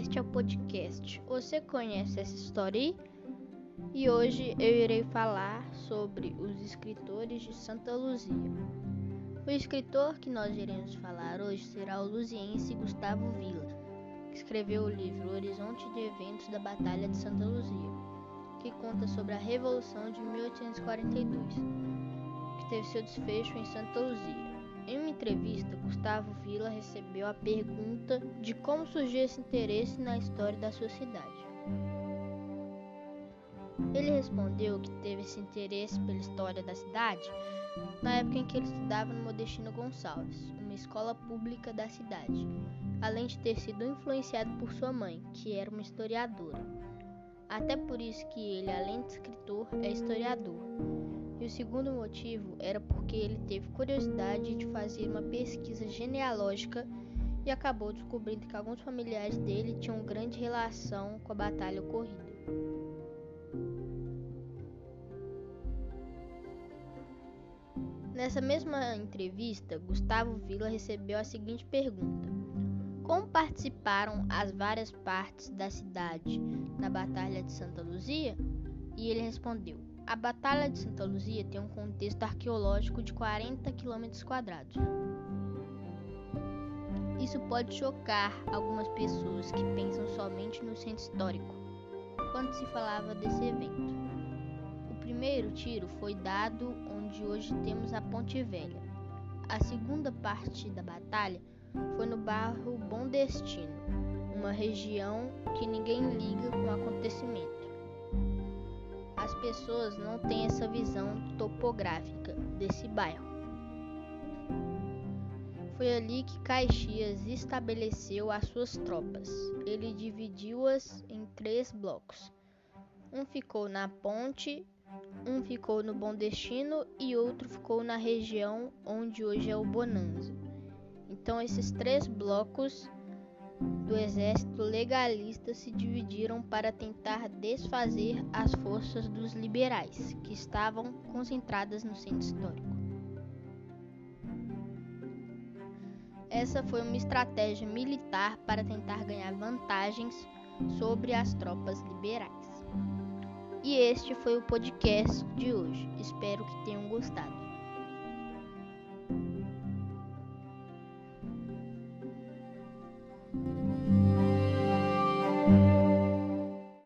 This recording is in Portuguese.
Este é o podcast. Você conhece essa história aí? E hoje eu irei falar sobre os escritores de Santa Luzia. O escritor que nós iremos falar hoje será o luziense Gustavo Villa, que escreveu o livro Horizonte de Eventos da Batalha de Santa Luzia, que conta sobre a Revolução de 1842, que teve seu desfecho em Santa Luzia. Em uma entrevista, Gustavo Villa recebeu a pergunta de como surgiu esse interesse na história da sua cidade. Ele respondeu que teve esse interesse pela história da cidade na época em que ele estudava no Modestino Gonçalves, uma escola pública da cidade, além de ter sido influenciado por sua mãe, que era uma historiadora. Até por isso que ele, além de escritor, é historiador. E o segundo motivo era porque ele teve curiosidade de fazer uma pesquisa genealógica e acabou descobrindo que alguns familiares dele tinham grande relação com a batalha ocorrida. Nessa mesma entrevista, Gustavo Villa recebeu a seguinte pergunta: como participaram as várias partes da cidade na Batalha de Santa Luzia? E ele respondeu: a Batalha de Santa Luzia tem um contexto arqueológico de 40 km². Isso pode chocar algumas pessoas que pensam somente no centro histórico quando se falava desse evento. O primeiro tiro foi dado onde hoje temos a Ponte Velha. A segunda parte da batalha foi no bairro Bom Destino, uma região que ninguém liga com o acontecimento. As pessoas não têm essa visão topográfica desse bairro. Foi ali que Caxias estabeleceu as suas tropas. Ele dividiu-as em 3 blocos. Um ficou na ponte, um ficou no Bom Destino e outro ficou na região onde hoje é o Bonanza. Então esses 3 blocos do exército legalista se dividiram para tentar desfazer as forças dos liberais, que estavam concentradas no centro histórico. Essa foi uma estratégia militar para tentar ganhar vantagens sobre as tropas liberais. E este foi o podcast de hoje. Espero que tenham gostado.